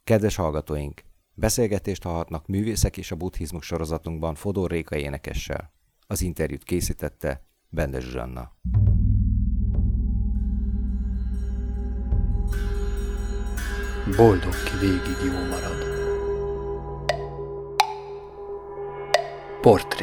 Kedves hallgatóink! Beszélgetést hallhatnak Művészek és a buddhizmus sorozatunkban Fodor Réka énekessel. Az interjút készítette Bende Zsuzsanna. Boldog, ki végig jó marad. Portré.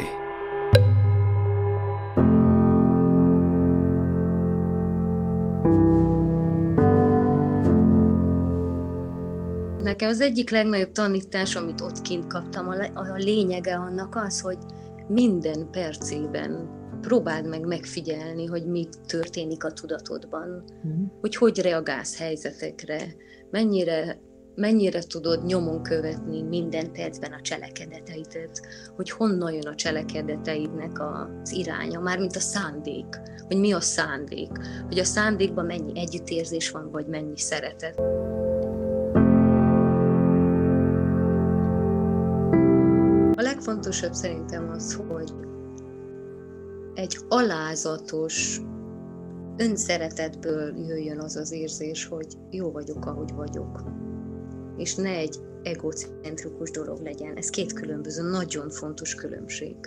Nekem az egyik legnagyobb tanítás, amit ott kint kaptam, a lényege annak az, hogy minden percében próbáld meg megfigyelni, hogy mi történik a tudatodban, hogy reagálsz helyzetekre, mennyire tudod nyomon követni minden percben a cselekedeteidet, hogy honnan jön a cselekedeteidnek az iránya, mármint a szándék, hogy mi a szándék, hogy a szándékban mennyi együttérzés van, vagy mennyi szeretet. A legfontosabb szerintem az, hogy egy alázatos önszeretetből jöjjön az az érzés, hogy jó vagyok, ahogy vagyok. És ne egy egocentrikus dolog legyen. Ez két különböző, nagyon fontos különbség.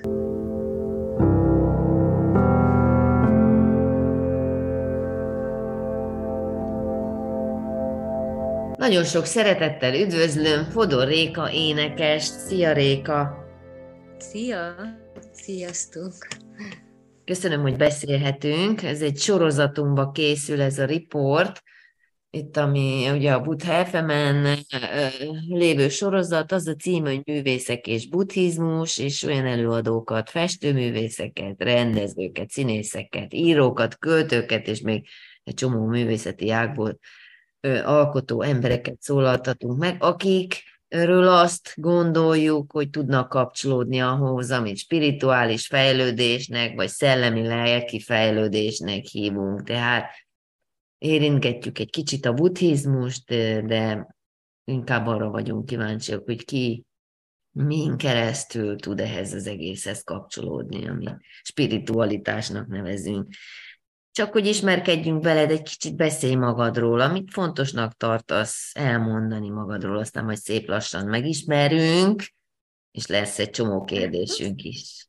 Nagyon sok szeretettel üdvözlöm Fodor Réka énekest. Szia, Réka! Szia! Sziasztok! Köszönöm, hogy beszélhetünk. Ez egy sorozatunkba készül ez a riport. Itt, ami ugye a Buddha FM-en lévő sorozat, az a cím, hogy Művészek és buddhizmus, és olyan előadókat, festőművészeket, rendezőket, színészeket, írókat, költőket, és még egy csomó művészeti ágból alkotó embereket szólaltatunk meg, akikről azt gondoljuk, hogy tudnak kapcsolódni ahhoz, amit spirituális fejlődésnek, vagy szellemi-lelki fejlődésnek hívunk. Tehát érintgetjük egy kicsit a buddhizmust, de inkább arra vagyunk kíváncsiak, hogy ki min keresztül tud ehhez az egészhez kapcsolódni, amit spiritualitásnak nevezünk. Csak hogy ismerkedjünk veled, egy kicsit beszélj magadról, amit fontosnak tartasz elmondani magadról, aztán majd szép lassan megismerünk, és lesz egy csomó kérdésünk is.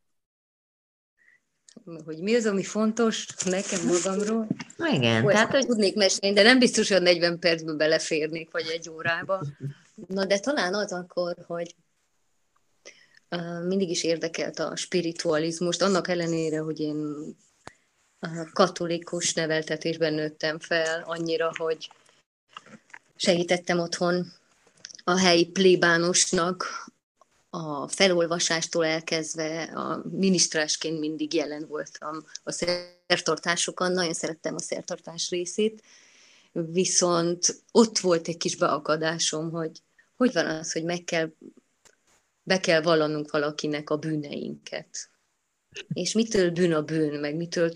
Hogy mi az, ami fontos nekem magamról? Igen. Tehát, hogy tudnék mesélni, de nem biztos, hogy 40 percben beleférnék, vagy egy órába. Na, de talán az akkor, hogy mindig is érdekelt a spiritualizmust, annak ellenére, hogy én katolikus neveltetésben nőttem fel, annyira, hogy segítettem otthon a helyi plébánosnak, a felolvasástól elkezdve a minisztrásként mindig jelen voltam a szertartásokon, nagyon szerettem a szertartás részét, viszont ott volt egy kis beakadásom, hogy van az, hogy be kell vallanunk valakinek a bűneinket. És mitől bűn a bűn, meg mitől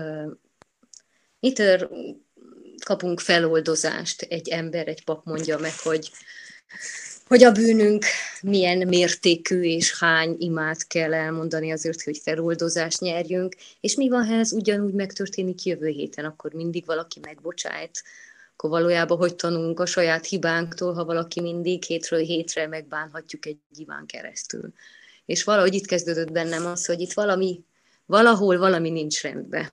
kapunk feloldozást, egy pap mondja meg, hogy a bűnünk milyen mértékű, és hány imát kell elmondani azért, hogy feloldozást nyerjünk, és mi van, ha ez ugyanúgy megtörténik jövő héten, akkor mindig valaki megbocsájt, akkor valójában hogy tanulunk a saját hibánktól, ha valaki mindig hétről hétre megbánhatjuk egy imán keresztül. És valahogy itt kezdődött bennem az, hogy itt valahol valami nincs rendben.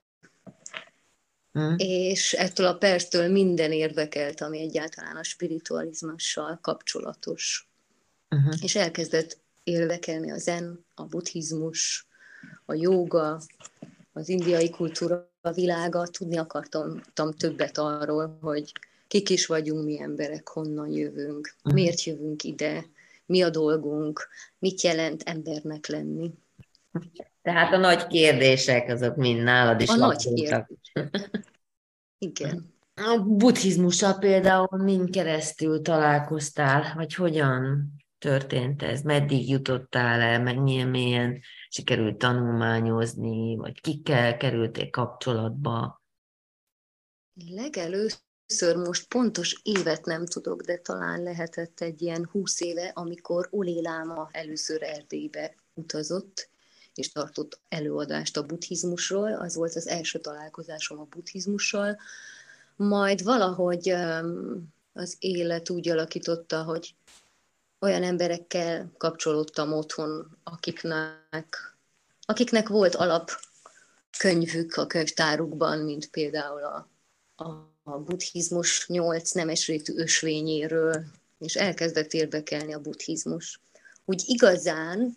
És ettől a perctől minden érdekelt, ami egyáltalán a spiritualizmussal kapcsolatos. És elkezdett érdekelni a zen, a buddhizmus, a jóga, az indiai kultúra világa. Tudni akartam többet arról, hogy kik is vagyunk mi emberek, honnan jövünk, miért jövünk ide, mi a dolgunk, mit jelent embernek lenni. Tehát a nagy kérdések, azok mind nálad is lapultak. Igen. A buddhizmussal például mind keresztül találkoztál, vagy hogyan történt ez? Meddig jutottál el, mennyien mélyen sikerült tanulmányozni, vagy kikkel kerültél kapcsolatba? Legelőször most pontos évet nem tudok, de talán lehetett egy ilyen 20 éve, amikor Olé Láma először Erdélybe utazott, és tartott előadást a buddhizmusról. Az volt az első találkozásom a buddhizmussal. Majd valahogy az élet úgy alakította, hogy olyan emberekkel kapcsolódtam otthon, akiknek volt alapkönyvük a könyvtárukban, mint például a buddhizmus 8 nemesrétű ösvényéről, és elkezdett érdekelni a buddhizmus. Úgy igazán,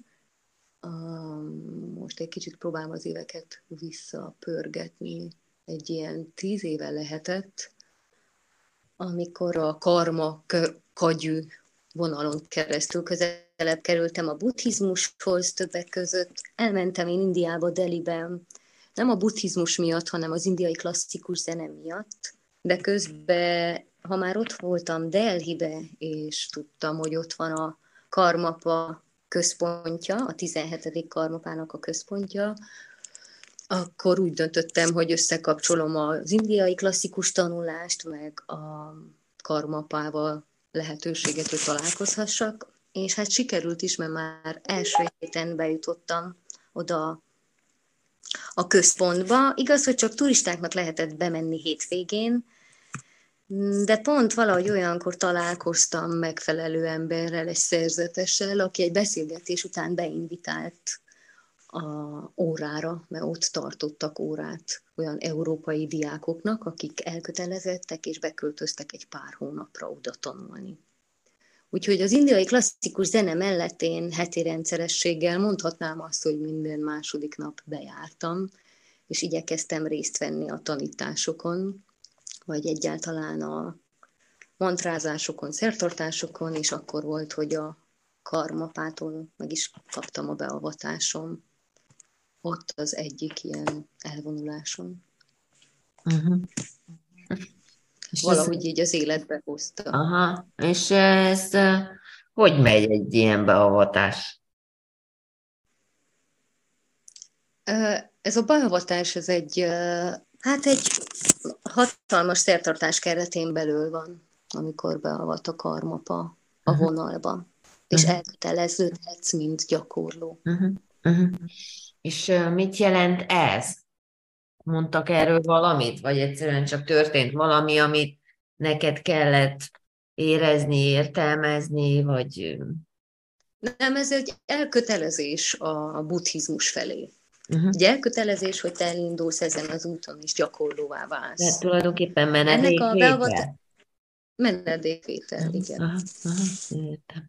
most egy kicsit próbálom az éveket visszapörgetni, egy ilyen 10 éve lehetett, amikor a karma kagyű vonalon keresztül közelebb kerültem a buddhizmushoz többek között. Elmentem én Indiába, Deliben, nem a buddhizmus miatt, hanem az indiai klasszikus zene miatt, de közben, ha már ott voltam Delhibe, és tudtam, hogy ott van a Karmapa központja, a 17. Karmapának a központja, akkor úgy döntöttem, hogy összekapcsolom az indiai klasszikus tanulást, meg a Karmapával lehetőséget, hogy találkozhassak, és hát sikerült is, mert már első héten bejutottam oda a központba. Igaz, hogy csak turistáknak lehetett bemenni hétvégén, de pont valahogy olyankor találkoztam megfelelő emberrel, egy szerzetessel, aki egy beszélgetés után beinvitált a órára, mert ott tartottak órát olyan európai diákoknak, akik elkötelezettek és beköltöztek egy pár hónapra oda tanulni. Úgyhogy az indiai klasszikus zene mellett én heti rendszerességgel mondhatnám azt, hogy minden második nap bejártam, és igyekeztem részt venni a tanításokon, vagy egyáltalán a mantrázásokon, szertartásokon, és akkor volt, hogy a Karmapától meg is kaptam a beavatásom. Ott az egyik ilyen elvonulásom. Uh-huh. Valahogy így az életbe hozta. Aha, és ez hogy megy egy ilyen beavatás? Ez a beavatás, ez egy hatalmas szertartás keretén belül van, amikor beavat a Karmapa a vonalba, és elköteleződhetsz, mint gyakorló. És mit jelent ez? Mondtak erről valamit? Vagy egyszerűen csak történt valami, amit neked kellett érezni, értelmezni, vagy... Nem, ez egy elkötelezés a buddhizmus felé. Egy elkötelezés, hogy te elindulsz ezen az úton, és gyakorlóvá válsz. Tehát tulajdonképpen menedékvétel? Menedékvétel, igen. Értem.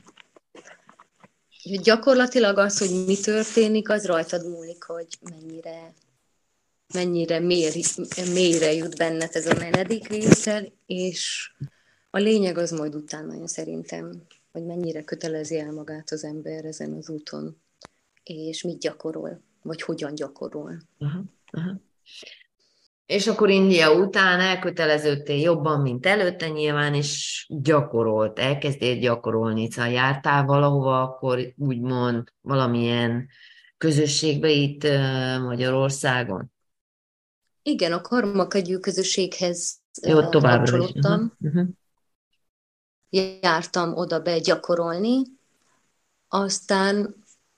Gyakorlatilag az, hogy mi történik, az rajtad múlik, hogy mennyire mélyre jut benned ez a menedékvétel, és a lényeg az majd utána jön szerintem, hogy mennyire kötelezi el magát az ember ezen az úton, és mit gyakorol, vagy hogyan gyakorol. És akkor India után elköteleződtél jobban, mint előtte nyilván, és elkezdtél gyakorolni. Szóval jártál valahova, akkor úgymond valamilyen közösségbe itt Magyarországon? Igen, a karmakagyű közösséghez kapcsolódtam. Jártam oda be gyakorolni, aztán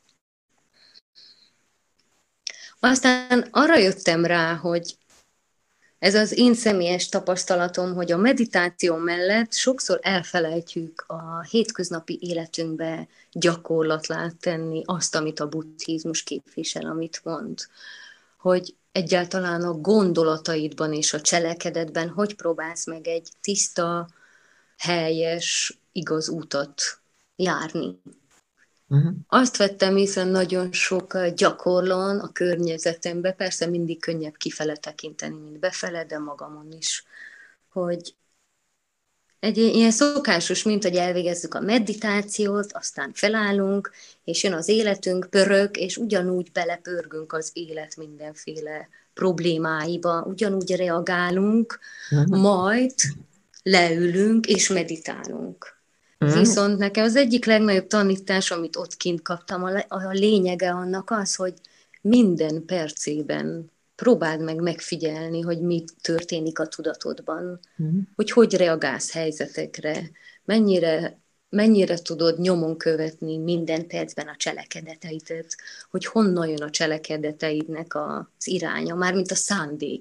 arra jöttem rá, hogy ez az én személyes tapasztalatom, hogy a meditáció mellett sokszor elfelejtjük a hétköznapi életünkbe gyakorlattá tenni azt, amit a buddhizmus képvisel, amit mond. Hogy egyáltalán a gondolataidban és a cselekedetben hogy próbálsz meg egy tiszta, helyes, igaz utat járni. Azt vettem észre nagyon sok gyakorlón a környezetemben, persze mindig könnyebb kifele tekinteni, mint befele, de magamon is, hogy egy ilyen szokásos, mint hogy elvégezzük a meditációt, aztán felállunk, és jön az életünk, pörög, és ugyanúgy belepörgünk az élet mindenféle problémáiba, ugyanúgy reagálunk, majd leülünk és meditálunk. Viszont nekem az egyik legnagyobb tanítás, amit ott kint kaptam, a lényege annak az, hogy minden percében próbáld meg megfigyelni, hogy mi történik a tudatodban, hogy reagálsz helyzetekre, mennyire tudod nyomon követni minden percben a cselekedeteidet, hogy honnan jön a cselekedeteidnek az iránya, mármint a szándék,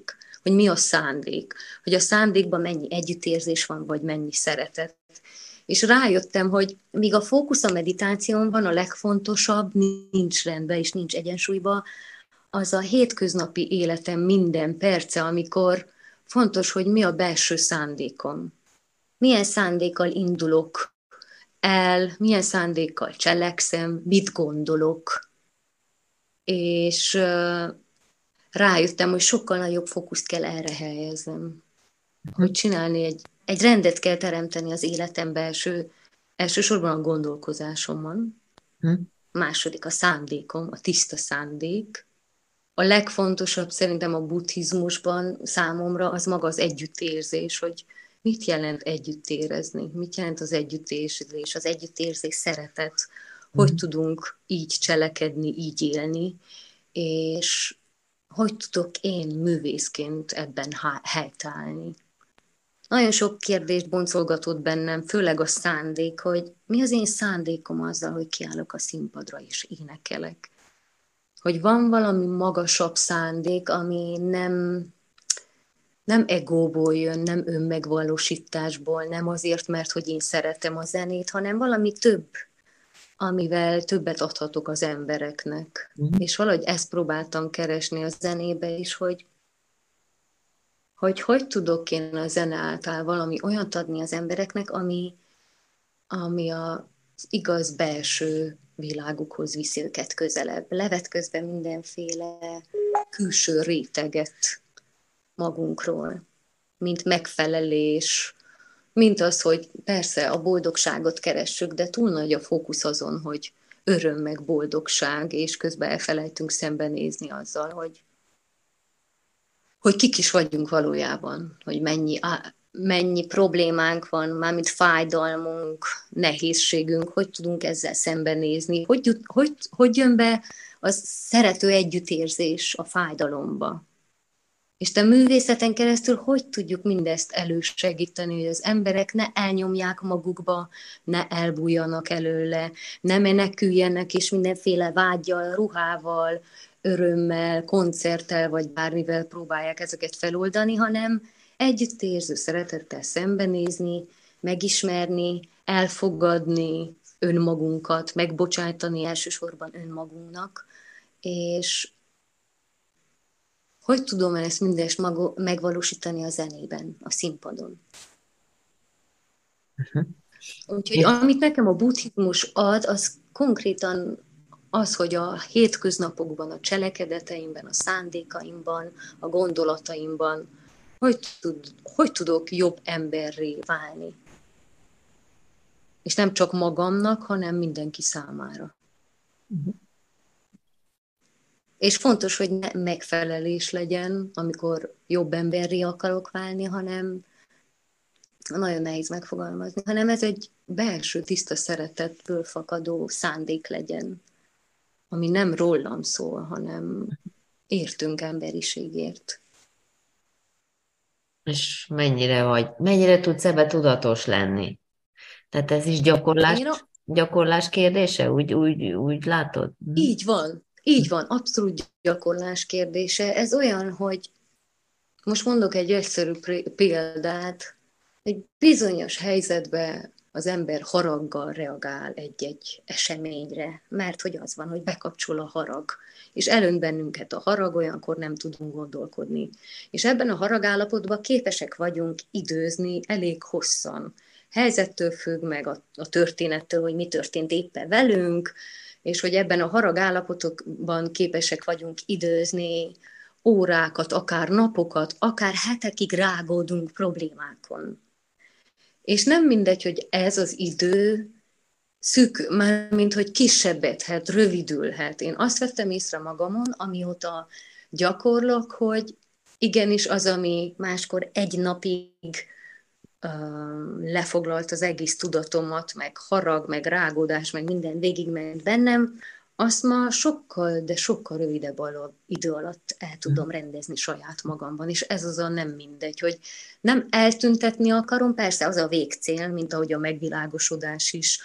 hogy mi a szándék, hogy a szándékban mennyi együttérzés van, vagy mennyi szeretet. És rájöttem, hogy míg a fókusz a meditációban a legfontosabb, nincs rendben és nincs egyensúlyban, az a hétköznapi életem minden perce, amikor fontos, hogy mi a belső szándékom. Milyen szándékkal indulok el, milyen szándékkal cselekszem, mit gondolok. És rájöttem, hogy sokkal nagyobb fókuszt kell erre helyeznem. Hogy csinálni egy rendet kell teremteni az életemben elsősorban a gondolkozásomon. Második a szándékom, a tiszta szándék. A legfontosabb szerintem a buddhizmusban számomra az maga az együttérzés, hogy mit jelent együtt érezni, mit jelent az együttérzés, az együttérzés, szeretet, hogy tudunk így cselekedni, így élni, és hogy tudok én művészként ebben helytállni. Nagyon sok kérdést boncolgatott bennem, főleg a szándék, hogy mi az én szándékom azzal, hogy kiállok a színpadra és énekelek. Hogy van valami magasabb szándék, ami nem egóból jön, nem önmegvalósításból, nem azért, mert hogy én szeretem a zenét, hanem valami több, amivel többet adhatok az embereknek. És valahogy ezt próbáltam keresni a zenébe is, hogy tudok én a zene által valami olyat adni az embereknek, ami az igaz belső világukhoz viszi őket közelebb. Levetközve mindenféle külső réteget magunkról, mint megfelelés, mint az, hogy persze a boldogságot keressük, de túl nagy a fókusz azon, hogy öröm meg boldogság, és közben elfelejtünk szembenézni azzal, hogy kik is vagyunk valójában, hogy mennyi problémánk van, mármint fájdalmunk, nehézségünk, hogy tudunk ezzel szembenézni, hogy jön be a szerető együttérzés a fájdalomba. És te művészeten keresztül hogy tudjuk mindezt elősegíteni, hogy az emberek ne elnyomják magukba, ne elbújjanak előle, ne meneküljenek, és mindenféle vággyal, ruhával, örömmel, koncerttel, vagy bármivel próbálják ezeket feloldani, hanem együttérző szeretettel szembenézni, megismerni, elfogadni önmagunkat, megbocsájtani elsősorban önmagunknak, és hogy tudom ezt mindezt megvalósítani a zenében, a színpadon. Úgyhogy amit nekem a buddhizmus ad, az konkrétan az, hogy a hétköznapokban, a cselekedeteimben, a szándékaimban, a gondolataimban, hogy tudok jobb emberré válni. És nem csak magamnak, hanem mindenki számára. És fontos, hogy ne megfelelés legyen, amikor jobb emberré akarok válni, hanem nagyon nehéz megfogalmazni, hanem ez egy belső, tiszta szeretetből fakadó szándék legyen, ami nem rólam szól, hanem értünk emberiségért. És mennyire tudsz ebbe tudatos lenni? Tehát ez is gyakorlás kérdése? Úgy látod? Így van, abszolút gyakorlás kérdése. Ez olyan, hogy most mondok egy egyszerű példát, egy bizonyos helyzetben az ember haraggal reagál egy eseményre, mert hogy az van, hogy bekapcsol a harag, és elönt bennünket a harag, olyankor nem tudunk gondolkodni. És ebben a haragállapotban képesek vagyunk időzni elég hosszan. Helyzettől függ, meg a történettől, hogy mi történt éppen velünk, és hogy ebben a haragállapotokban képesek vagyunk időzni órákat, akár napokat, akár hetekig rágódunk problémákon. És nem mindegy, hogy ez az idő mármint hogy kisebbedhet, rövidülhet. Én azt vettem észre magamon, amióta gyakorlok, hogy igenis az, ami máskor egy napig lefoglalt az egész tudatomat, meg harag, meg rágódás, meg minden végigment bennem, azt ma sokkal, de sokkal rövidebb idő alatt el tudom rendezni saját magamban, és ez azon nem mindegy, hogy nem eltüntetni akarom, persze az a végcél, mint ahogy a megvilágosodás is,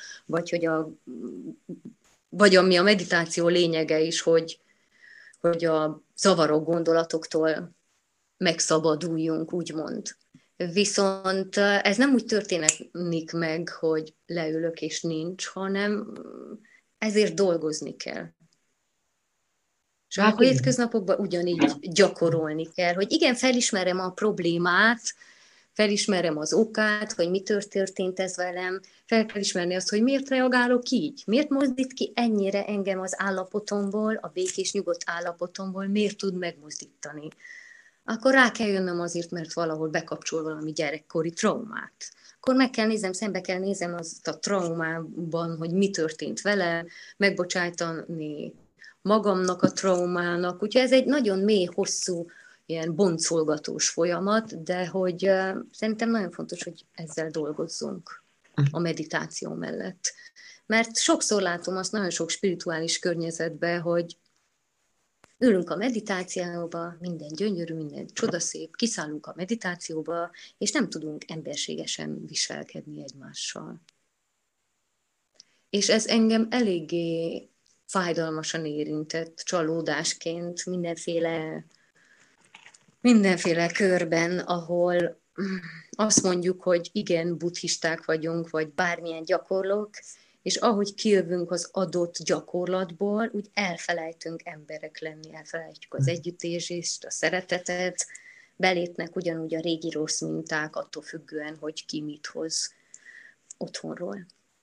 vagy ami a meditáció lényege is, hogy a zavaró gondolatoktól megszabaduljunk, úgymond. Viszont ez nem úgy történik meg, hogy leülök és nincs, hanem ezért dolgozni kell. És a hétköznapokban ugyanígy gyakorolni kell, hogy igen, felismerem a problémát, felismerem az okát, hogy mi történt ez velem, fel kell ismerni azt, hogy miért reagálok így, miért mozdít ki ennyire engem az állapotomból, a békés nyugodt állapotomból, miért tud megmozdítani. Akkor rá kell jönnöm azért, mert valahol bekapcsol valami gyerekkori traumát. Akkor meg kell nézem, szembe kell nézem azt a traumában, hogy mi történt velem, megbocsájtani magamnak a traumának. Úgyhogy ez egy nagyon mély, hosszú, ilyen boncolgatós folyamat, de hogy szerintem nagyon fontos, hogy ezzel dolgozzunk a meditáció mellett. Mert sokszor látom azt nagyon sok spirituális környezetben, hogy ülünk a meditációba, minden gyönyörű, minden csodaszép, kiszállunk a meditációba, és nem tudunk emberségesen viselkedni egymással. És ez engem eléggé fájdalmasan érintett csalódásként mindenféle körben, ahol azt mondjuk, hogy igen, buddhisták vagyunk, vagy bármilyen gyakorlók, és ahogy kijövünk az adott gyakorlatból, úgy elfelejtünk emberek lenni, elfelejtjük az együttérzést, a szeretetet, belépnek ugyanúgy a régi rossz minták, attól függően, hogy ki mit hoz otthonról.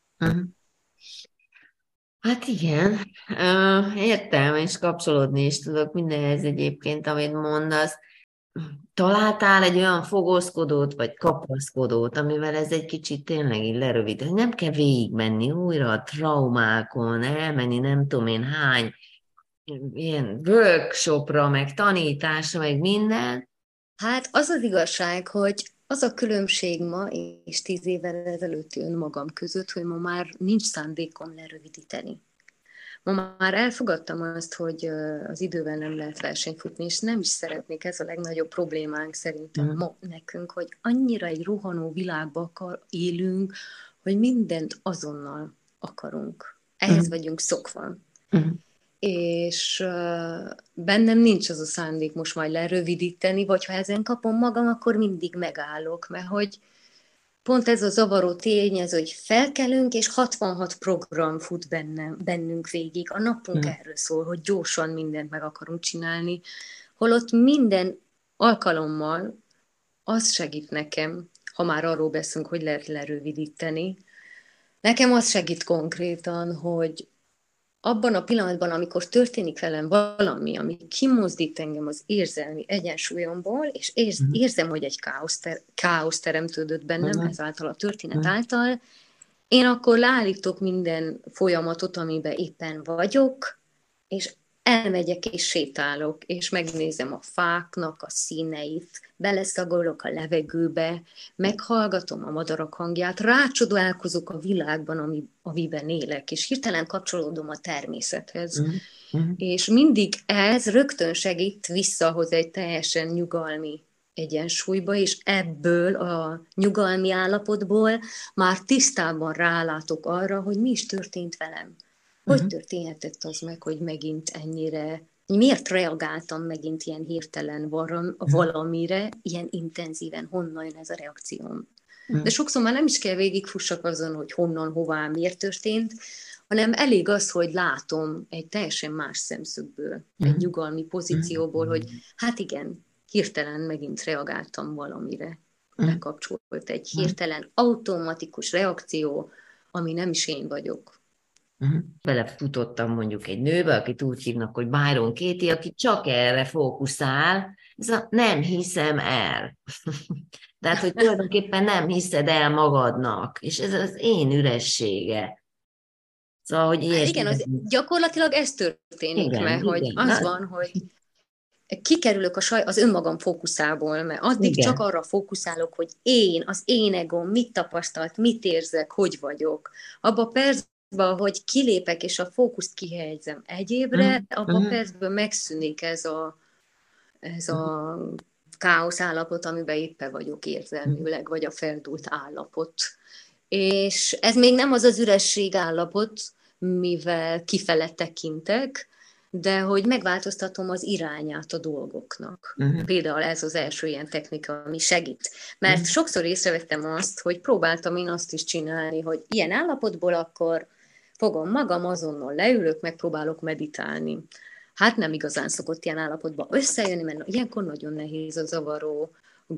Hát igen, értem, és kapcsolódni is tudok mindenhez egyébként, amit mondasz. Találtál egy olyan fogózkodót, vagy kapaszkodót, amivel ez egy kicsit tényleg így lerövid, hogy nem kell végigmenni újra a traumákon, elmenni nem tudom én hány ilyen workshopra, meg tanításra, meg minden. Hát az az igazság, hogy az a különbség ma és 10 évvel ezelőtti önmagam között, hogy ma már nincs szándékom lerövidíteni. Ma már elfogadtam azt, hogy az idővel nem lehet versenyfutni, és nem is szeretnék, ez a legnagyobb problémánk szerintem ma nekünk, hogy annyira egy rohanó világba élünk, hogy mindent azonnal akarunk. Ehhez vagyunk szokva. És bennem nincs az a szándék most majd lerövidíteni, vagy ha ezen kapom magam, akkor mindig megállok, mert hogy pont ez a zavaró tényező, hogy felkelünk, és 66 program fut bennünk végig. A napunk erről szól, hogy gyorsan mindent meg akarunk csinálni, holott minden alkalommal az segít nekem, ha már arról beszélünk, hogy lehet lerövidíteni. Nekem az segít konkrétan, hogy abban a pillanatban, amikor történik velem valami, ami kimozdít engem az érzelmi egyensúlyomból, és érzem, hogy egy káosz teremtődött bennem ezáltal a történet által, én akkor leállítok minden folyamatot, amiben éppen vagyok, és elmegyek és sétálok, és megnézem a fáknak a színeit, beleszagolok a levegőbe, meghallgatom a madarak hangját, rácsodálkozok a világban, amiben élek, és hirtelen kapcsolódom a természethez. És mindig ez rögtön segít visszahoz egy teljesen nyugalmi egyensúlyba, és ebből a nyugalmi állapotból már tisztában rálátok arra, hogy mi is történt velem. Hogy történhetett az meg, hogy megint ennyire, miért reagáltam megint ilyen hirtelen valamire, ilyen intenzíven, honnan jön ez a reakcióm. De sokszor már nem is kell végigfussak azon, hogy honnan, hová, miért történt, hanem elég az, hogy látom egy teljesen más szemszögből, egy nyugalmi pozícióból, hogy hát igen, hirtelen megint reagáltam valamire. Bekapcsolt egy hirtelen automatikus reakció, ami nem is én vagyok. Belefutottam mondjuk egy nőbe, akit úgy hívnak, hogy Byron Katie, aki csak erre fókuszál, ez a nem hiszem el. Tehát, hogy tulajdonképpen nem hiszed el magadnak, és ez az én üressége. Szóval, hogy igen, gyakorlatilag ez történik, igen, mert igen, hogy az van, hogy kikerülök az önmagam fókuszából, mert addig igen. csak arra fókuszálok, hogy az én egóm mit tapasztalt, mit érzek, hogy vagyok. Abba a percben, hogy kilépek és a fókuszt kihelyezem egyébre, abban a percben megszűnik ez a káosz állapot, amiben éppen vagyok érzelmileg, vagy a feldúlt állapot. És ez még nem az az üresség állapot, mivel kifele tekintek, de hogy megváltoztatom az irányát a dolgoknak. Például ez az első ilyen technika, ami segít. Mert sokszor észrevettem azt, hogy próbáltam én azt is csinálni, hogy ilyen állapotból akkor fogom magam, azonnal leülök, megpróbálok meditálni. Hát nem igazán szokott ilyen állapotba összejönni, mert ilyenkor nagyon nehéz a zavaró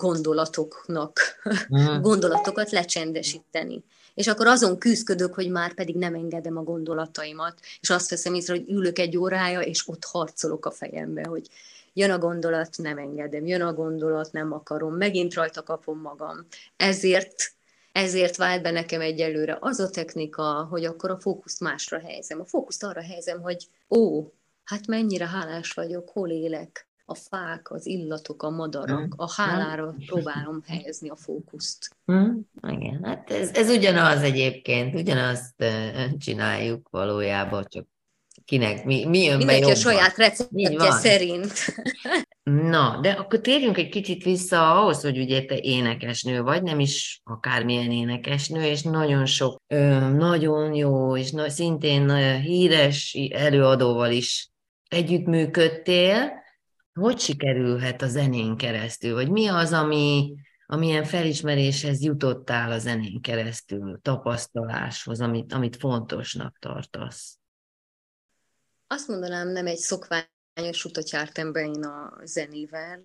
gondolatokat lecsendesíteni. És akkor azon küzdködök, hogy már pedig nem engedem a gondolataimat, és azt veszem észre, hogy ülök egy órája, és ott harcolok a fejembe, hogy jön a gondolat, nem engedem, jön a gondolat, nem akarom, megint rajta kapom magam. Ezért vált be nekem egyelőre az a technika, hogy akkor a fókuszt másra helyezem. A fókuszt arra helyezem, hogy hát mennyire hálás vagyok, hol élek, a fák, az illatok, a madarak, a hálára próbálom helyezni a fókuszt. Igen, hát ez ugyanaz egyébként, ugyanazt csináljuk valójában, csak kinek mi jön be jobban. Mindenki a saját receptje szerint. Na, de akkor térjünk egy kicsit vissza ahhoz, hogy ugye te énekesnő vagy, nem is akármilyen énekesnő, és nagyon sok, nagyon jó, és szintén híres előadóval is együttműködtél. Hogy sikerülhet a zenén keresztül? Vagy mi az, amilyen felismeréshez jutottál a zenén keresztül, tapasztaláshoz, amit fontosnak tartasz? Azt mondanám, nem egy szokványos utat jártam be én a zenével.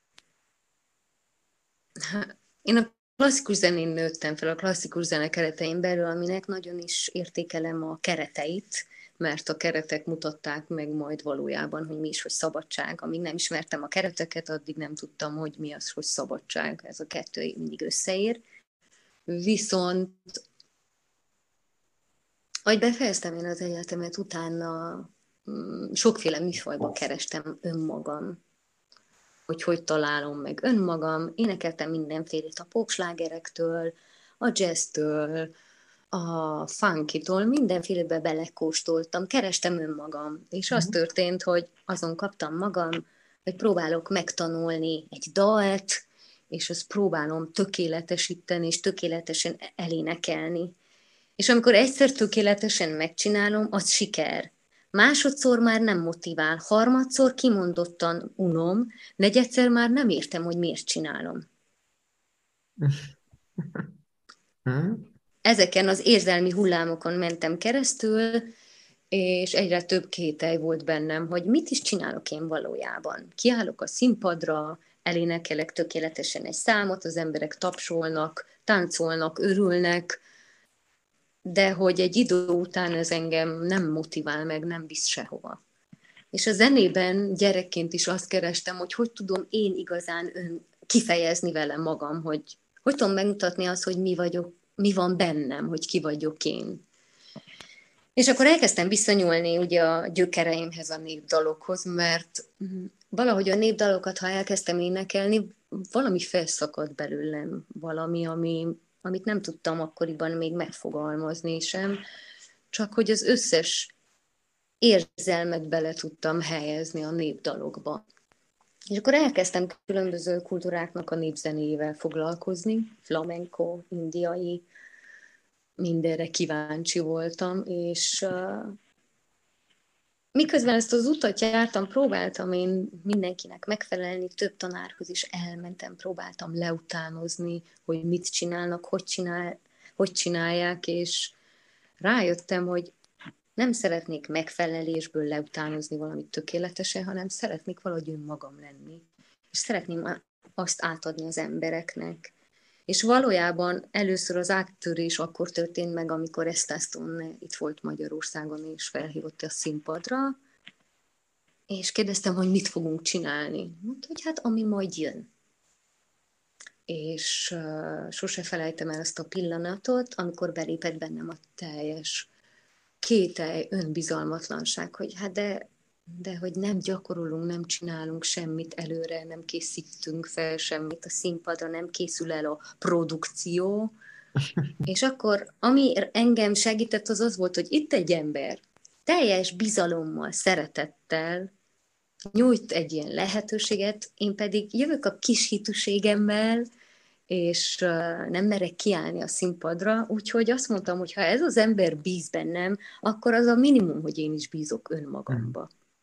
Én a klasszikus zenén nőttem fel, a klasszikus zene keretein belül, aminek nagyon is értékelem a kereteit, mert a keretek mutatták meg majd valójában, hogy mi is, hogy szabadság. Amíg nem ismertem a kereteket, addig nem tudtam, hogy mi az, hogy szabadság. Ez a kettő mindig összeér. Viszont, ahogy befejeztem én az egyetemet, utána sokféle műfajban kerestem önmagam. Hogy találom meg önmagam. Énekeltem mindenfélét, a popslágerektől, a jazztől, a funkitól, mindenfélebe belekóstoltam, kerestem önmagam, és az történt, hogy azon kaptam magam, hogy próbálok megtanulni egy dalt, és azt próbálom tökéletesíteni, és tökéletesen elénekelni. És amikor egyszer tökéletesen megcsinálom, az siker. Másodszor már nem motivál, harmadszor kimondottan unom, negyedszer már nem értem, hogy miért csinálom. Ezeken az érzelmi hullámokon mentem keresztül, és egyre több kételj volt bennem, hogy mit is csinálok én valójában. Kiállok a színpadra, elénekelek tökéletesen egy számot, az emberek tapsolnak, táncolnak, örülnek, de hogy egy idő után ez engem nem motivál meg, nem visz sehova. És a zenében gyerekként is azt kerestem, hogy tudom én igazán kifejezni vele magam, hogy tudom megmutatni azt, hogy mi van bennem, hogy ki vagyok én. És akkor elkezdtem visszanyúlni ugye a gyökereimhez, a népdalokhoz, mert valahogy a népdalokat, ha elkezdtem énekelni, valami felszakadt belőlem, valami, amit nem tudtam akkoriban még megfogalmazni sem, csak hogy az összes érzelmet bele tudtam helyezni a népdalokba. És akkor elkezdtem különböző kultúráknak a népzenéjével foglalkozni, flamenco, indiai, mindenre kíváncsi voltam, és miközben ezt az utat jártam, próbáltam én mindenkinek megfelelni, több tanárhoz is elmentem, próbáltam leutánozni, hogy mit csinálnak, hogy csinálják, és rájöttem, hogy nem szeretnék megfelelésből leutánozni valamit tökéletesen, hanem szeretnék valahogy önmagam lenni. És szeretném azt átadni az embereknek. És valójában először az áttörés akkor történt meg, amikor Eszter Stone itt volt Magyarországon, és felhívott a színpadra, és kérdeztem, hogy mit fogunk csinálni. Mondta, hogy hát ami majd jön. És sose felejtem el azt a pillanatot, amikor belépett bennem a teljes kételj, önbizalmatlanság, hogy hát de hogy nem gyakorolunk, nem csinálunk semmit előre, nem készítünk fel semmit a színpadra, nem készül el a produkció. És akkor, ami engem segített, az volt, hogy itt egy ember teljes bizalommal, szeretettel nyújt egy ilyen lehetőséget, én pedig jövök a kis hitűségemmel, és nem merek kiállni a színpadra, úgyhogy azt mondtam, hogy ha ez az ember bíz bennem, akkor az a minimum, hogy én is bízok önmagamba.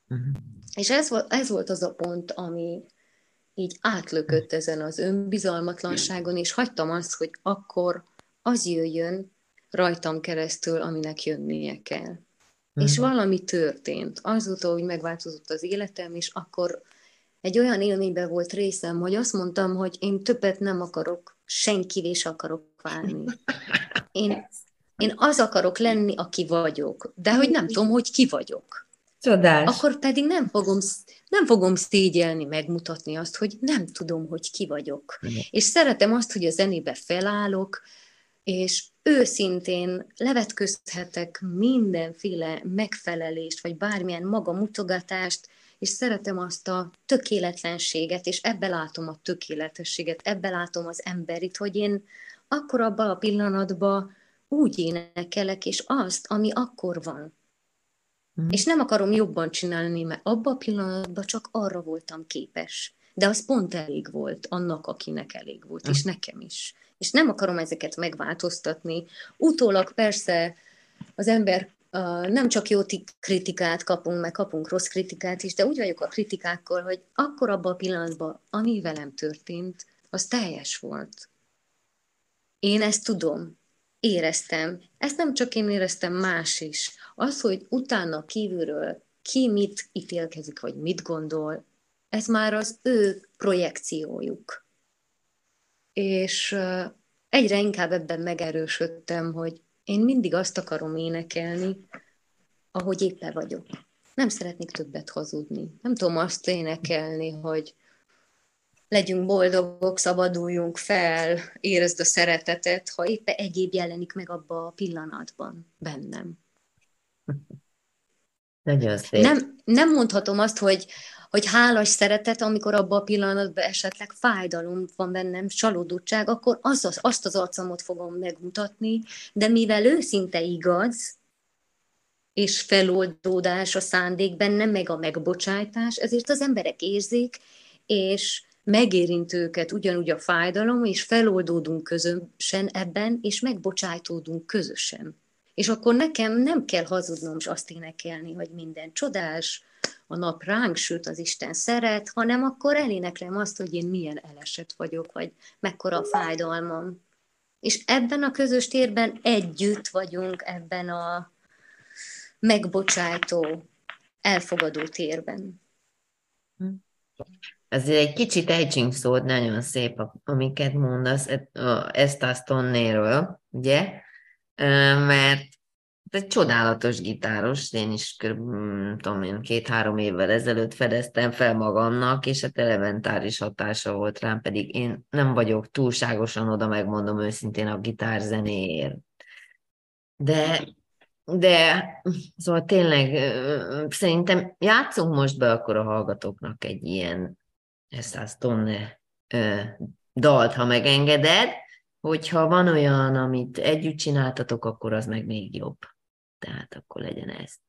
Mhm. És ez volt az a pont, ami így átlökött ezen az önbizalmatlanságon, és hagytam azt, hogy akkor az jöjjön rajtam keresztül, aminek jönnie kell. És Mhm. valami történt. Azóta, hogy megváltozott az életem, és akkor egy olyan élményben volt részem, hogy azt mondtam, hogy én többet nem akarok, senkivé is akarok válni. Én, én az akarok lenni, aki vagyok, de hogy nem tudom, hogy ki vagyok. Csodás. Akkor pedig nem fogom szégyelni, megmutatni azt, hogy nem tudom, hogy ki vagyok. És szeretem azt, hogy a zenébe felállok, és őszintén levetközhetek mindenféle megfelelést, vagy bármilyen magamutogatást, és szeretem azt a tökéletlenséget, és ebbe látom a tökéletességet, ebbe látom az emberit, hogy én akkor abban a pillanatban úgy énekelek, és azt, ami akkor van. Mhm. És nem akarom jobban csinálni, mert abban a pillanatban csak arra voltam képes. De az pont elég volt annak, akinek elég volt, és nekem is. És nem akarom ezeket megváltoztatni. Utólag persze az ember nem csak jó kritikát kapunk, meg kapunk rossz kritikát is, de úgy vagyok a kritikákkal, hogy akkor abban a pillanatban, ami velem történt, az teljes volt. Én ezt tudom, éreztem. Ezt nem csak én éreztem, más is. Az, hogy utána kívülről ki mit ítélkezik, vagy mit gondol, ez már az ő projekciójuk. És egyre inkább ebben megerősödtem, hogy én mindig azt akarom énekelni, ahogy éppen vagyok. Nem szeretnék többet hazudni. Nem tudom azt énekelni, hogy legyünk boldogok, szabaduljunk fel, érezd a szeretetet, ha éppen egyéb jelenik meg abba a pillanatban bennem. Nagyon szép. Nem mondhatom azt, hogy hálás szeretet, amikor abban a pillanatban esetleg fájdalom van bennem, csalódottság, akkor azt az arcomot fogom megmutatni, de mivel őszinte igaz, és feloldódás a szándék bennem, meg a megbocsájtás, ezért az emberek érzik, és megérint őket ugyanúgy a fájdalom, és feloldódunk közösen ebben, és megbocsájtódunk közösen. És akkor nekem nem kell hazudnom, és azt énekelni, hogy minden csodás, a nap ránk süt, az Isten szeret, hanem akkor eléneklem azt, hogy én milyen elesett vagyok, vagy mekkora a fájdalmam. És ebben a közös térben együtt vagyunk, ebben a megbocsájtó, elfogadó térben. Azért egy kicsit ejtsünk szót, nagyon szép, amiket mondasz Estas Tonnéről, ugye? Mert egy csodálatos gitáros, én is tudom én, 2-3 évvel ezelőtt fedeztem fel magamnak, és hát elementáris hatása volt rám, pedig én nem vagyok túlságosan oda, megmondom őszintén, a gitárzenéért. De de szóval tényleg szerintem játszunk most be akkor a hallgatóknak egy ilyen Estas Tonne dalt, ha megengeded, hogyha van olyan, amit együtt csináltatok, akkor az meg még jobb. Tehát akkor legyen ez.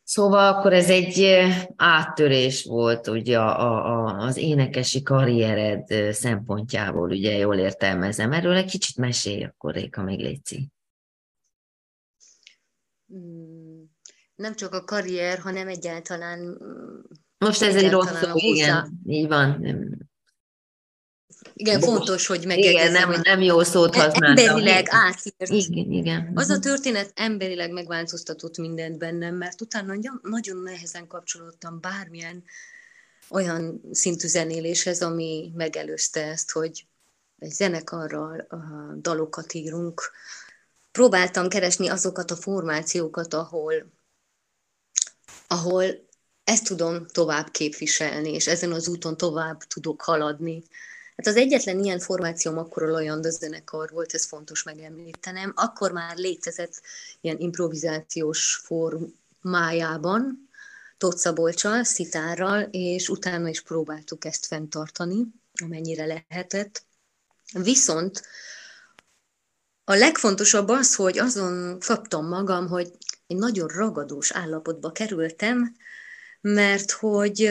Szóval akkor ez egy áttörés volt ugye az énekesi karriered szempontjából, ugye jól értelmezem. Erről egy kicsit mesélj akkor, Réka, még létszik. Nem csak a karrier, hanem egyáltalán Most ez egy rossz egyáltalán szó, a hozzá. igen, így van. Igen, fontos, hogy Igen, megjegyezzem. nem jó szót használtam. Emberileg átírt. Igen. Az a történet emberileg megváltoztatott mindent bennem, mert utána nagyon nehezen kapcsolódtam bármilyen olyan szintű zenéléshez, ami megelőzte ezt, hogy egy zenekarral dalokat írunk. Próbáltam keresni azokat a formációkat, ahol ezt tudom tovább képviselni, és ezen az úton tovább tudok haladni. Hát az egyetlen ilyen formációm akkor a Lajanda zenekar volt, ez fontos megemlítenem. Akkor már létezett ilyen improvizációs formájában, Tóth Szabolccsal, szitárral, és utána is próbáltuk ezt fenntartani, amennyire lehetett. Viszont a legfontosabb az, hogy azon kaptam magam, hogy egy nagyon ragadós állapotba kerültem, mert hogy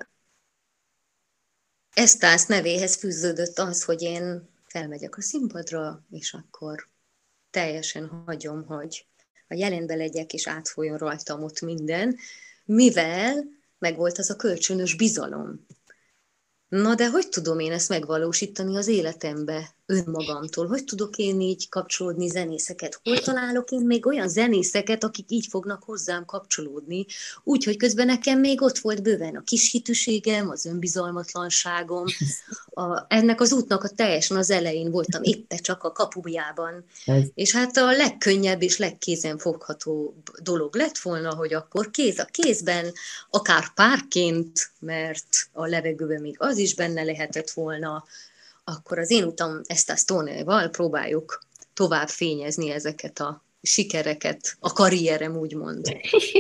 Esztász nevéhez fűződött az, hogy én felmegyek a színpadra, és akkor teljesen hagyom, hogy a jelenbe legyek, és átfoljon rajtam ott minden, mivel megvolt az a kölcsönös bizalom. Na de hogy tudom én ezt megvalósítani az életembe önmagamtól? Hogy tudok én így kapcsolódni zenészeket? Hol találok én még olyan zenészeket, akik így fognak hozzám kapcsolódni? Úgyhogy közben nekem még ott volt bőven a kis hitűségem, az önbizalmatlanságom. Ennek az útnak a teljesen az elején voltam, éppen csak a kapujában. És hát a legkönnyebb és legkézenfogható dolog lett volna, hogy akkor kéz a kézben, akár párként, mert a levegőben még az is benne lehetett volna, akkor az én utam Esztász Tónéval próbáljuk tovább fényezni ezeket a sikereket, a karrierem úgymond.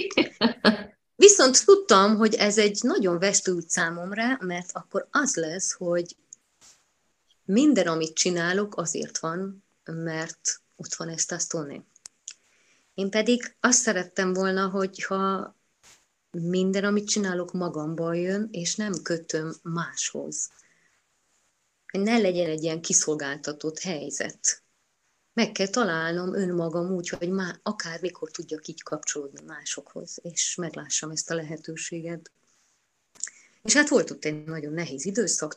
Viszont tudtam, hogy ez egy nagyon vesztő út számomra, mert akkor az lesz, hogy minden, amit csinálok, azért van, mert ott van Esztász Tóné. Én pedig azt szerettem volna, hogyha minden, amit csinálok, magamban jön, és nem kötöm máshoz. Hogy ne legyen egy ilyen kiszolgáltatott helyzet. Meg kell találnom önmagam úgy, hogy már akármikor tudjak így kapcsolódni másokhoz, és meglássam ezt a lehetőséget. És hát volt ott egy nagyon nehéz időszak,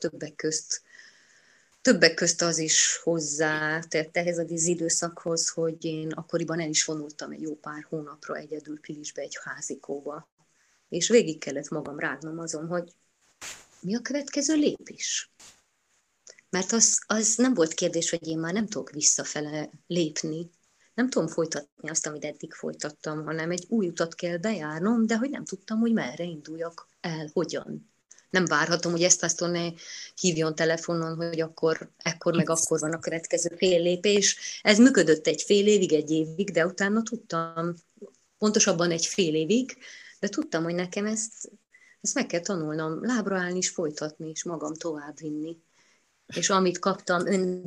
többek közt az is hozzátett ehhez az időszakhoz, hogy én akkoriban el is vonultam egy jó pár hónapra egyedül Pilisbe egy házikóba. És végig kellett magam rágnom azon, hogy mi a következő lépés. Mert az nem volt kérdés, hogy én már nem tudok visszafele lépni, nem tudom folytatni azt, amit eddig folytattam, hanem egy új utat kell bejárnom, de hogy nem tudtam, hogy merre induljak el, hogyan. Nem várhatom, hogy ezt aztán ne hívjon telefonon, hogy ekkor meg akkor van a következő fél lépés. Ez működött egy fél évig, egy évig, de utána tudtam, pontosabban egy fél évig, de tudtam, hogy nekem ezt meg kell tanulnom, lábra állni és folytatni, és magam továbbvinni. És amit kaptam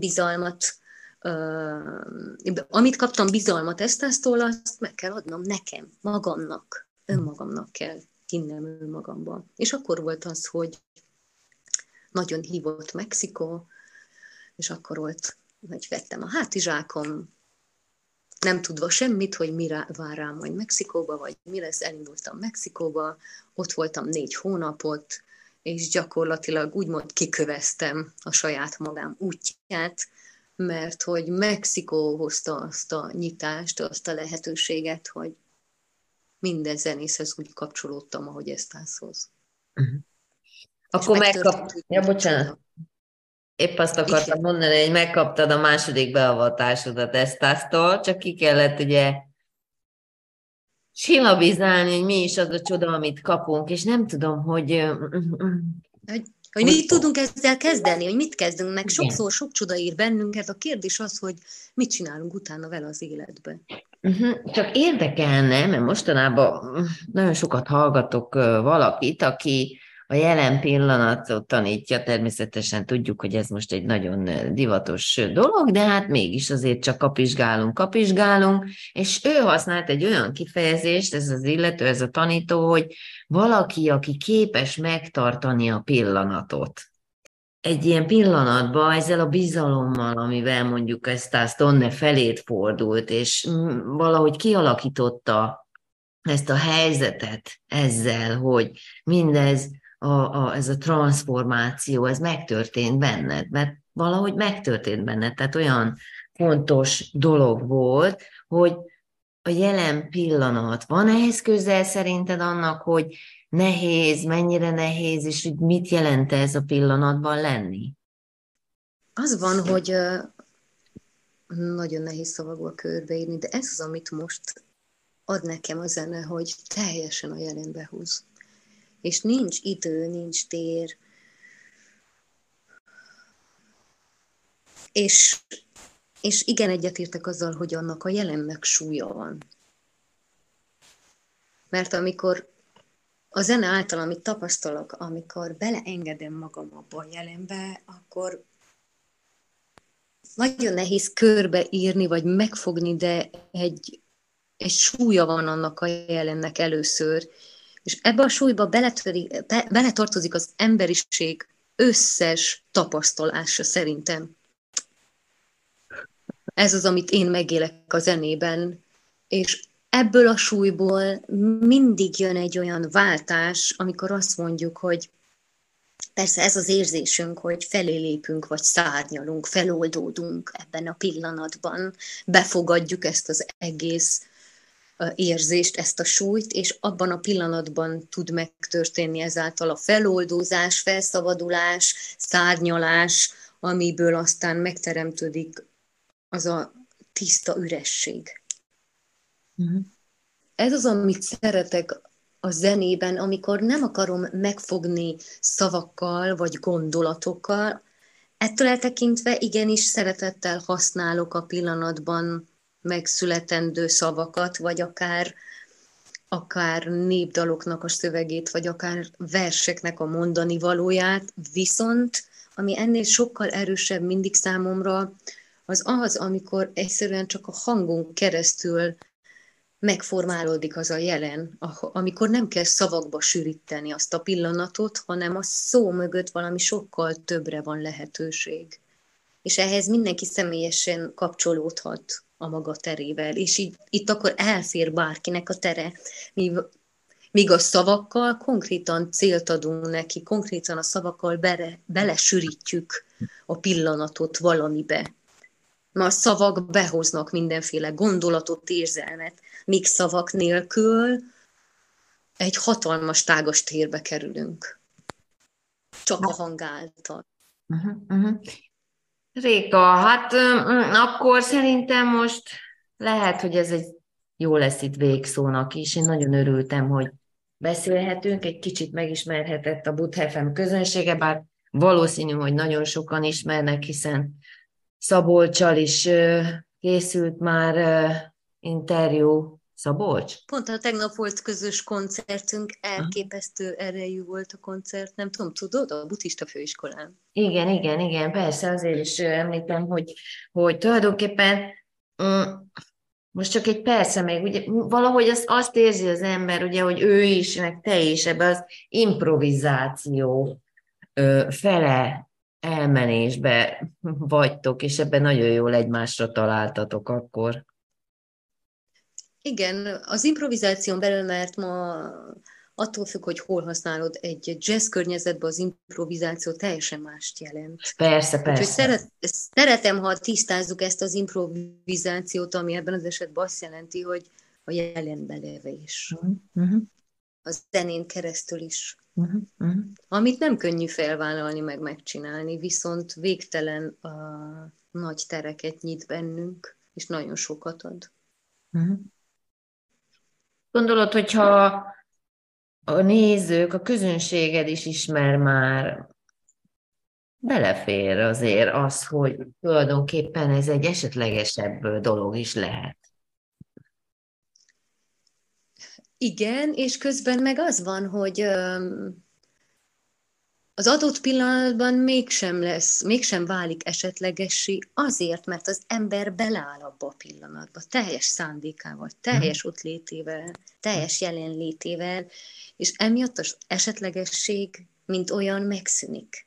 bizalmat Esztásztól, azt meg kell adnom nekem, magamnak, önmagamnak kell hinnem önmagamban. És akkor volt az, hogy nagyon hívott Mexikó, és akkor volt, hogy vettem a hátizsákom, nem tudva semmit, hogy mi vár rám majd Mexikóba, vagy mi lesz, elindultam Mexikóba, ott voltam 4 hónapot, és gyakorlatilag úgymond kiköveztem a saját magám útját, mert hogy Mexikó hozta azt a nyitást, azt a lehetőséget, hogy minden zenészhez úgy kapcsolódtam, ahogy Esztászhoz. Uh-huh. Akkor bocsánat. Épp azt akartam mondani, hogy megkaptad a második beavatásodat Esztásztól, csak ki kellett ugye silabizálni, hogy mi is az a csoda, amit kapunk, és nem tudom, hogy mit tudunk ezzel kezdeni, hogy mit kezdünk meg. Sokszor sok csoda ír bennünket, a kérdés az, hogy mit csinálunk utána vele az életbe. Csak érdekelne, mert mostanában nagyon sokat hallgatok valakit, aki a jelen pillanatot tanítja. Természetesen tudjuk, hogy ez most egy nagyon divatos dolog, de hát mégis azért csak kapizsgálunk, és ő használt egy olyan kifejezést, ez az illető, ez a tanító, hogy valaki, aki képes megtartani a pillanatot. Egy ilyen pillanatban ezzel a bizalommal, amivel mondjuk ezt a Stonne felét fordult, és valahogy kialakította ezt a helyzetet ezzel, hogy mindez, ez a transformáció, ez megtörtént benned, mert valahogy megtörtént benned, tehát olyan fontos dolog volt, hogy a jelen pillanat, van ehhez közel szerinted annak, hogy nehéz, mennyire nehéz, és hogy mit jelent ez a pillanatban lenni? Az van, hogy nagyon nehéz szavakból körbeírni, de ez az, amit most ad nekem a zene, hogy teljesen a jelenbe húz. És nincs idő, nincs tér. És igen, egyetértek azzal, hogy annak a jelennek súlya van. Mert amikor a zene által, amit tapasztalok, amikor beleengedem magam abba a jelenbe, akkor nagyon nehéz körbeírni, vagy megfogni, de egy súlya van annak a jelennek először. És ebbe a súlyba beletartozik az emberiség összes tapasztalása szerintem. Ez az, amit én megélek a zenében, és ebből a súlyból mindig jön egy olyan váltás, amikor azt mondjuk, hogy persze ez az érzésünk, hogy felé lépünk, vagy szárnyalunk, feloldódunk ebben a pillanatban, befogadjuk ezt az egész érzést, ezt a súlyt, és abban a pillanatban tud megtörténni ezáltal a feloldózás, felszabadulás, szárnyalás, amiből aztán megteremtődik az a tiszta üresség. Ez az, amit szeretek a zenében, amikor nem akarom megfogni szavakkal vagy gondolatokkal. Ettől eltekintve igenis szeretettel használok a pillanatban megszületendő szavakat, vagy akár népdaloknak a szövegét, vagy akár verseknek a mondani valóját, viszont ami ennél sokkal erősebb mindig számomra, az, amikor egyszerűen csak a hangon keresztül megformálódik az a jelen, amikor nem kell szavakba sűríteni azt a pillanatot, hanem a szó mögött valami sokkal többre van lehetőség. És ehhez mindenki személyesen kapcsolódhat a maga terével, és itt akkor elfér bárkinek a tere, míg a szavakkal konkrétan célt adunk neki, konkrétan a szavakkal belesűrítjük a pillanatot valamibe. Mert a szavak behoznak mindenféle gondolatot, érzelmet, míg szavak nélkül egy hatalmas tágas térbe kerülünk. Csak a hang által. Réka, hát akkor szerintem most lehet, hogy ez egy jó lesz itt végszónak is. Én nagyon örültem, hogy beszélhetünk, egy kicsit megismerhetett a Buddha FM közönsége, bár valószínű, hogy nagyon sokan ismernek, hiszen Szabolccsal is készült már interjú. Szabolcs? Pont a tegnap volt közös koncertünk, elképesztő erejű volt a koncert, nem tudom, tudod, a buddhista főiskolán. Igen, persze, azért is említem, hogy tulajdonképpen most csak egy persze még, ugye, valahogy azt érzi az ember, ugye, hogy ő is, meg te is ebbe az improvizáció fele elmenésbe vagytok, és ebben nagyon jól egymásra találtatok akkor. Igen, az improvizáción belül, mert ma attól függ, hogy hol használod egy jazz környezetben, az improvizáció teljesen mást jelent. Persze. Úgyhogy szeretem, ha tisztázzuk ezt az improvizációt, ami ebben az esetben azt jelenti, hogy a jelenbe levés. A zenén keresztül is. Amit nem könnyű felvállalni, meg megcsinálni, viszont végtelen nagy tereket nyit bennünk, és nagyon sokat ad. Gondolod, hogyha a nézők, a közönséged is ismer már, belefér azért az, hogy tulajdonképpen ez egy esetlegesebb dolog is lehet. Igen, és közben meg az van, hogy az adott pillanatban mégsem válik esetlegessé, azért, mert az ember beleáll abba a pillanatba, teljes szándékával, teljes ott létével, teljes jelenlétével, és emiatt az esetlegesség, mint olyan, megszűnik.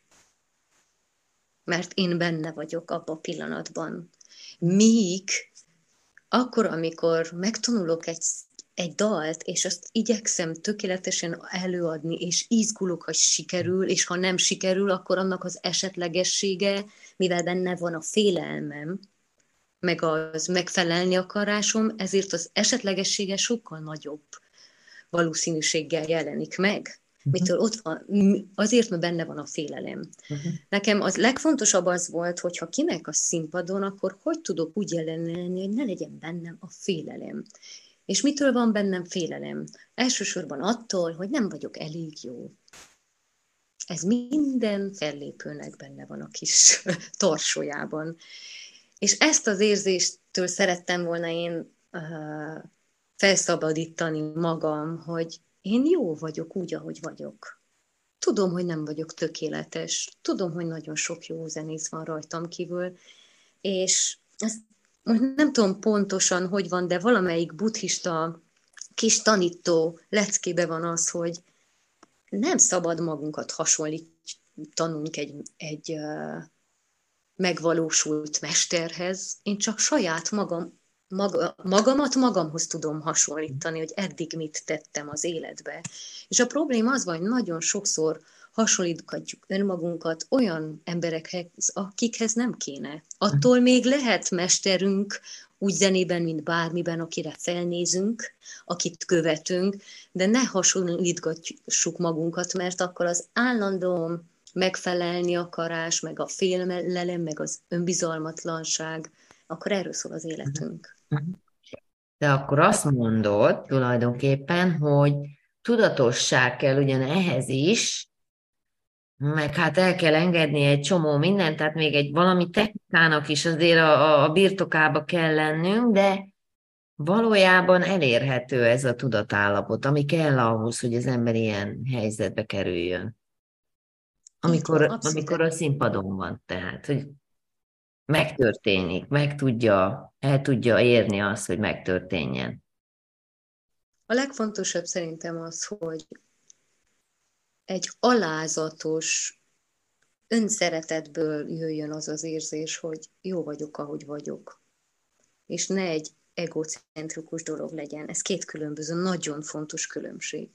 Mert én benne vagyok abba a pillanatban. Míg akkor, amikor megtanulok egy dalt, és azt igyekszem tökéletesen előadni, és izgulok, ha sikerül, és ha nem sikerül, akkor annak az esetlegessége, mivel benne van a félelmem, meg az megfelelni akarásom, ezért az esetlegessége sokkal nagyobb valószínűséggel jelenik meg. Mitől ott van, azért, mert benne van a félelem. Nekem az legfontosabb az volt, hogy ha kimegyek a színpadon, akkor hogy tudok úgy jelenni, hogy ne legyen bennem a félelem. És mitől van bennem félelem? Elsősorban attól, hogy nem vagyok elég jó. Ez minden fellépőnek benne van a kis tarsójában. És ezt az érzéstől szerettem volna én felszabadítani magam, hogy én jó vagyok úgy, ahogy vagyok. Tudom, hogy nem vagyok tökéletes. Tudom, hogy nagyon sok jó zenész van rajtam kívül. És ezt most nem tudom pontosan, hogy van, de valamelyik buddhista kis tanító leckébe van az, hogy nem szabad magunkat hasonlítanunk egy megvalósult mesterhez. Én csak saját magamat magamhoz tudom hasonlítani, hogy eddig mit tettem az életbe. És a probléma az van, hogy nagyon sokszor hasonlítgatjuk önmagunkat olyan emberekhez, akikhez nem kéne. Attól még lehet mesterünk úgy zenében, mint bármiben, akire felnézünk, akit követünk, de ne hasonlítgassuk magunkat, mert akkor az állandó megfelelni akarás, meg a félelem, meg az önbizalmatlanság, akkor erről szól az életünk. De akkor azt mondod tulajdonképpen, hogy tudatosság kell ugyan ehhez is, meg hát el kell engedni egy csomó mindent, tehát még egy valami technikának is azért a birtokába kell lennünk, de valójában elérhető ez a tudatállapot, ami kell ahhoz, hogy az ember ilyen helyzetbe kerüljön. Amikor a színpadon van, tehát, hogy megtörténik, el tudja érni azt, hogy megtörténjen. A legfontosabb szerintem az, hogy egy alázatos önszeretetből jöjjön az az érzés, hogy jó vagyok, ahogy vagyok. És ne egy egocentrikus dolog legyen. Ez két különböző, nagyon fontos különbség.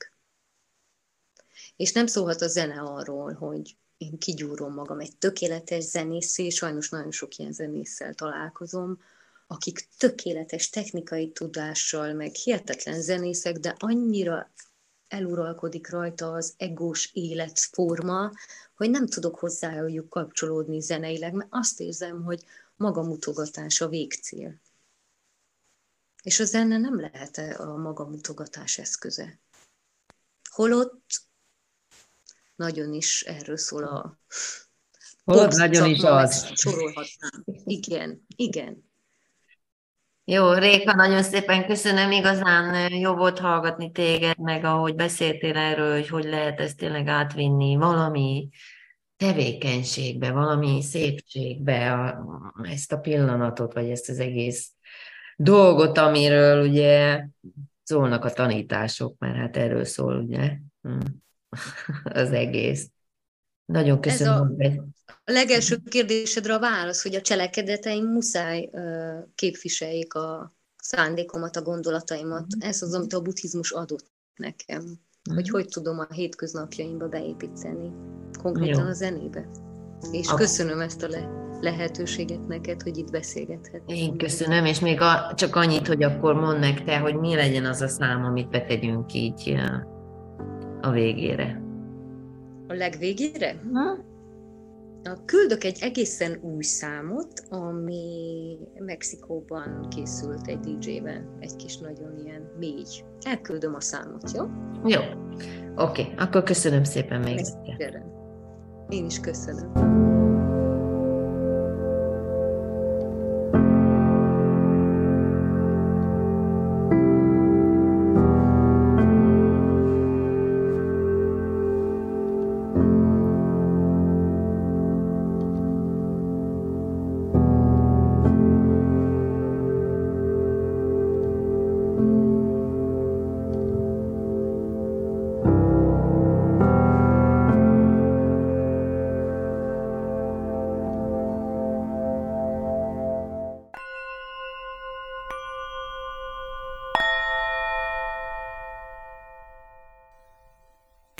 És nem szólhat a zene arról, hogy én kigyúrom magam egy tökéletes zenészé, sajnos nagyon sok ilyen zenésszel találkozom, akik tökéletes technikai tudással, meg hihetetlen zenészek, de annyira eluralkodik rajta az egós életforma, hogy nem tudok hozzájuk kapcsolódni zeneileg, mert azt érzem, hogy magamutogatás a végcél. És a zene nem lehet a magamutogatás eszköze. Holott nagyon is erről szól a Holott nagyon is az. Sorolhatnám. Igen. Jó, Réka, nagyon szépen köszönöm, igazán jó volt hallgatni téged, meg ahogy beszéltél erről, hogy lehet ezt tényleg átvinni valami tevékenységbe, valami szépségbe, ezt a pillanatot, vagy ezt az egész dolgot, amiről ugye szólnak a tanítások, mert hát erről szól ugye az egész. Nagyon köszönöm. A legelső kérdésedre a válasz, hogy a cselekedeteim muszáj képviseljék a szándékomat, a gondolataimat. Ez az, amit a buddhizmus adott nekem. Hogy tudom a hétköznapjaimba beépíteni, konkrétan a zenébe. És köszönöm ezt a lehetőséget neked, hogy itt beszélgethetünk. Én köszönöm, és még csak annyit, hogy akkor mondd meg te, hogy mi legyen az a szám, amit betegyünk így a végére. A legvégére? Küldök egy egészen új számot, ami Mexikóban készült egy DJ-vel, egy kis nagyon ilyen mély. Elküldöm a számot, jó? Jó. Oké, akkor köszönöm szépen még egyszer. Én is köszönöm.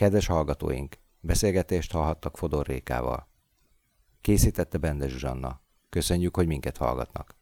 Kedves hallgatóink, beszélgetést hallhattak Fodor Rékával. Készítette Bende Zsuzsanna. Köszönjük, hogy minket hallgatnak.